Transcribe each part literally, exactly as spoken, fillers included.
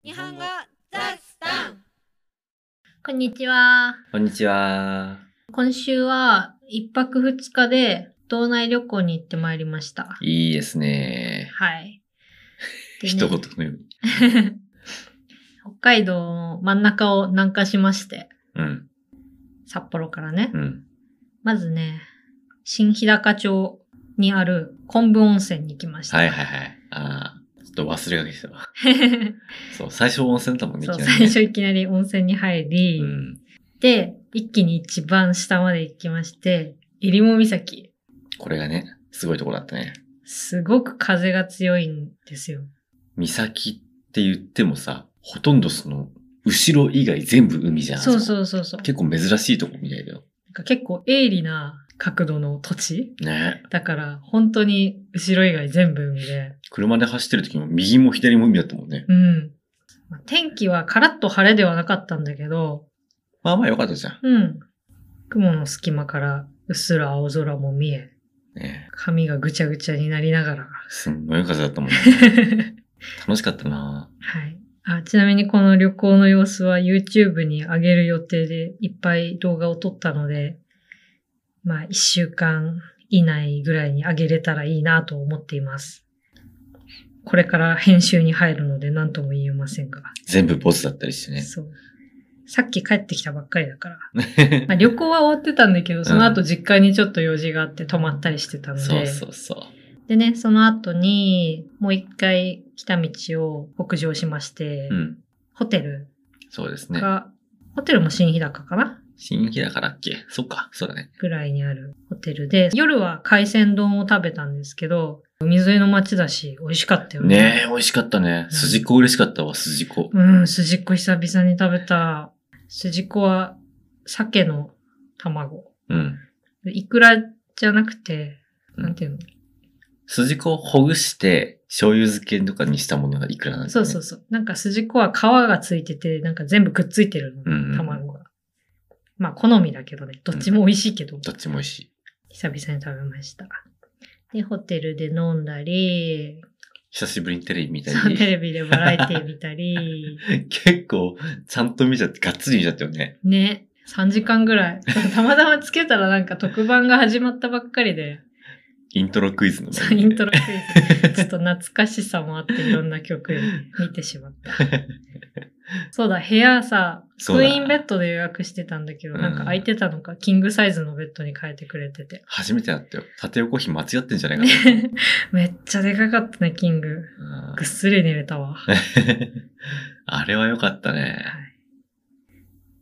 日本語ザスタン。 こんにちは。 こんにちは。 今週はいっぱくふつかで道内旅行に行ってまいりました。 いいですね。 はい。 ね、一言のように。 北海道の真ん中を南下しまして。 うん。 札幌からね。 うん。 まずね、新日高町にある昆布温泉に行きました。 はいはいはい。ああ、ちょっと忘れがけてたわ。そう、最初温泉だもんね。 そう、 いきなりね、 最初いきなり温泉に入り、 うん、 で、一気に一番下まで行きまして、入母岬。 これがね、すごいところだったね。 すごく風が強いんですよ。 岬って言ってもさ、ほとんどその、後ろ以外全部海じゃん。 そうそうそうそう。 結構珍しいとこみたいだよ。 なんか結構鋭利な角度の土地ね。 だから本当に後ろ以外全部海で。 車で走ってる時も右も左も海だったもんね。 うん。天気はカラッと晴れではなかったんだけど。 まあまあ良かったじゃん。 うん。雲の隙間からうっすら青空も見え。 ね、 髪がぐちゃぐちゃになりながら。 すんごい風だったもんね。楽しかったな。 はい。あ、ちなみにこの旅行の様子は YouTube に上げる予定でいっぱい動画を撮ったので、まあいっしゅうかん以内ぐらいに上げれたらいいなと思っています。これから編集に入るので何とも言えませんが。 全部ボツだったりしてね。 そう。さっき帰ってきたばっかりだから。まあ、旅行は終わってたんだけど、その後実家にちょっと用事があって泊まったりしてたので。 そうそうそう。 でね、その後にもう一回来た道を北上しまして、 うん、 ホテルそうですね。 が、ホテルも新日高かな新日高だっけ？そっか、そうだね。 ぐらいにあるホテルで、夜は海鮮丼を食べたんですけど、海沿いの街だし、美味しかったよね。 ねえ、美味しかったね。筋子嬉しかったわ、筋子。 うん、筋子久々に食べた。筋子は、鮭の卵。 うん。 イクラじゃなくて、なんていうの、うん、 筋子をほぐして、醤油漬けとかにしたものがイクラなんだよね。 そうそうそう。なんか筋子は皮がついてて、なんか全部くっついてるの、 うんうん、 卵が。まあ、好みだけどね。どっちも美味しいけど。うん、 どっちも美味しい。 久々に食べました。で、ホテルで飲んだり、 久しぶりにテレビ見たり。 そう、テレビでバラエティ見たり。 結構、ちゃんと見ちゃって、がっつり見ちゃったよね。 ね。さんじかんぐらい。たまたまつけたらなんか特番が始まったばっかりで。 イントロクイズの前に、ね。イントロクイズ。ちょっと懐かしさもあっていろんな曲見てしまった。そうだ、部屋さ、クイーンベッドで予約してたんだけど、なんか空いてたのか、キングサイズのベッドに変えてくれてて。 初めてだったよ。縦横比間違ってんじゃないかな。 めっちゃでかかったね、キング。ぐっすり寝れたわ。 あれは良かったね。 はい、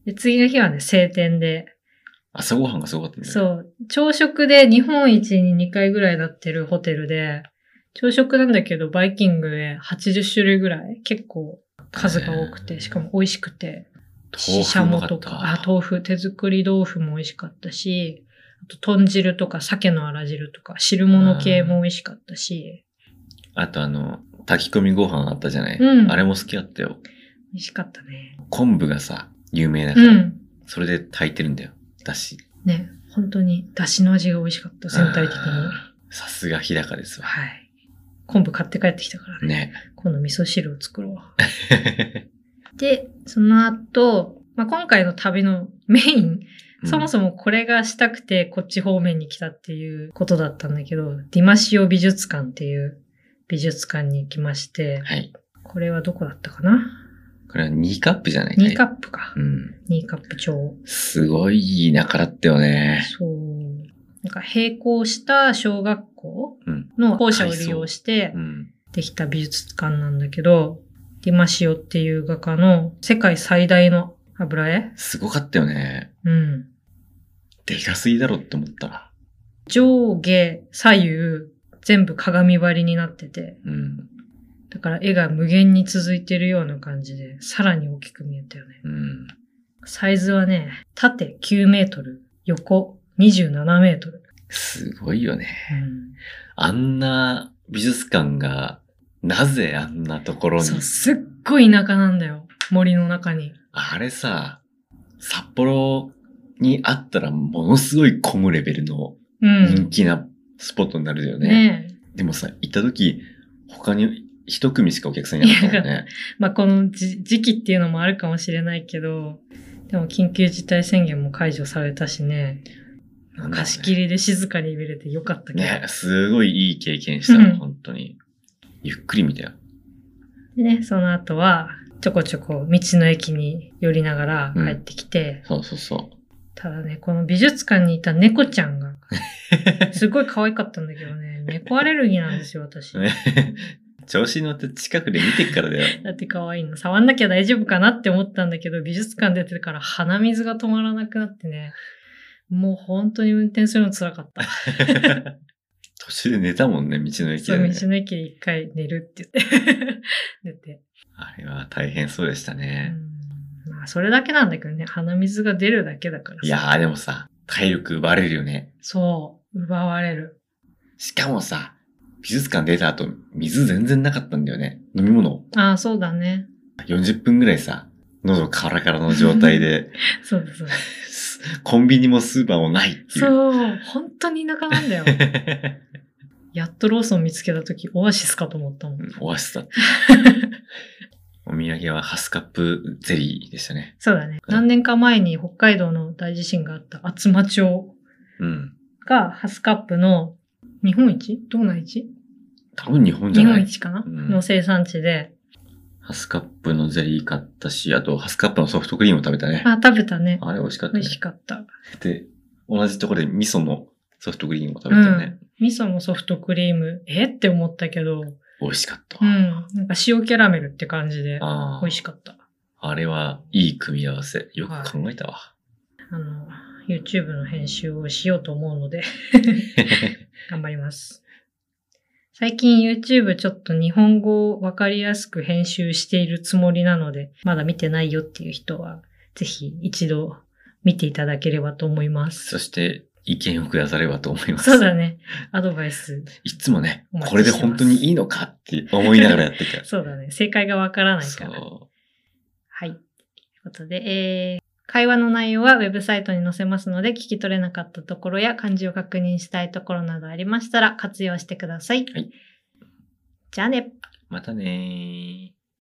で次の日はね、晴天で。 朝ごはんがすごかったね。 そう。朝食で日本一ににかいぐらいなってるホテルで、朝食なんだけど、バイキングではちじゅっしゅるいぐらい。結構数が多くて、しかも美味しくて。ししゃもとか、あ、豆腐、手作り豆腐も美味しかったし、あと豚汁とか鮭のあら汁とか、汁物系も美味しかったし。 あとあの、炊き込みご飯あったじゃない、 うん、 あれも好きだったよ。 美味しかったね。 昆布がさ、有名だから、うん、それで炊いてるんだよ。だし。 ね、本当に、だしの味が美味しかった、全体的に。 さすが日高ですわ。 はい。昆布買って帰ってきたからね。 ね。 今度味噌汁を作ろう。で、その後、まあ、今回の旅のメイン、うん、そもそもこれがしたくてこっち方面に来たっていうことだったんだけど、ディマシオ美術館っていう美術館に行きまして、 はい。 これはどこだったかな？ これはニーカップじゃない？ ニーカップか。 うん。 ニーカップ町。 すごい田舎だったよね。 そう。なんか並行した小学校の校舎を利用してできた美術館なんだけど、ディマシオっていう画家の世界最大の油絵？ すごかったよね。 うん。 でかすぎだろって思ったら。 上下左右全部鏡張りになってて、 うん、 だから絵が無限に続いてるような感じで、さらに大きく見えたよね。 うん、 サイズはね、縦きゅうメートル、横にじゅうななメートル。 すごいよね。 うん、 あんな美術館が、なぜあんなところに。 そう、すっごい田舎なんだよ。森の中に。 あれさ、札幌にあったらものすごい混むレベルの人気なスポットになるよね。 うん、ねえ。 でもさ、行った時、他に一組しかお客さんいなかったもんね。 まあこのじ時期っていうのもあるかもしれないけど、でも緊急事態宣言も解除されたしね、 なんだろうね貸し切りで静かに見れてよかったけど。 ね、すごいいい経験したの、 うん本当に。ゆっくり見たよ。 でね、その後は、ちょこちょこ道の駅に寄りながら帰ってきて、 そうそうそただね、この美術館にいた猫ちゃんが、すごい可愛かったんだけどね、猫アレルギーなんですよ、私。 う。ね、調子に乗って近くで見てっからだよ。 だって可愛いの。触んなきゃ大丈夫かなって思ったんだけど、美術館出てから鼻水が止まらなくなってね、もう本当に運転するの辛かった。 途中で寝たもんね、道の駅そう、 で、ね。 道の駅で一回寝るって言って。寝て。 あれは大変そうでしたうね。 ん、まあ、それだけなんだけどね、鼻水が出るだけだからさ。 いやーでもさ、体力奪われるよね。 そう、奪われる。 しかもさ、美術館出た後、水全然なかったんだよね。飲み物。 ああ、そうだね。 よんじゅっぷんぐらいさ、喉カラカラの状態で、 そうだそうだ。 コンビニもスーパーもないっていう。 そう、本当に田舎なんだよ。やっとローソン見つけたとき、オアシスかと思ったもん。 オアシスだった。お土産はハスカップゼリーでしたね。 そうだね。何年か前に北海道の大地震があった厚真町うん。 がハスカップの日本一道内一多分日本じ日ゃない本一かな、 うんの生産地で。 ハスカップのゼリー買ったし、あとハスカップのソフトクリームを食べたね。 あ、食べたね。 あれ美味しかったね。 美味しかった。 で、同じところで味噌のソフトクリームを食うんべたよね。。 味噌のソフトクリーム、えって思ったけど、 美味しかったわ。 うん。なんか塩キャラメルって感じで、 あー美味しかった。 あれはいい組み合わせ。よく考えたわ。 あの、YouTube の編集をしようと思うので、頑張ります。最近 YouTube ちょっと日本語をわかりやすく編集しているつもりなので、まだ見てないよっていう人は、ぜひ一度見ていただければと思います。 そして、意見をくださればと思います。 そうだね。アドバイス。 いつもねお、待これでちしてます本当にいいのかって思いながらやってきた。 そうだね。正解がわからないから。 そはい。ということで、えー、会話の内容はウェブサイトに載せますので、聞き取れなかったところや漢字を確認したいところなどありましたら活用してください。 はい。 じゃあね。 う。またねー。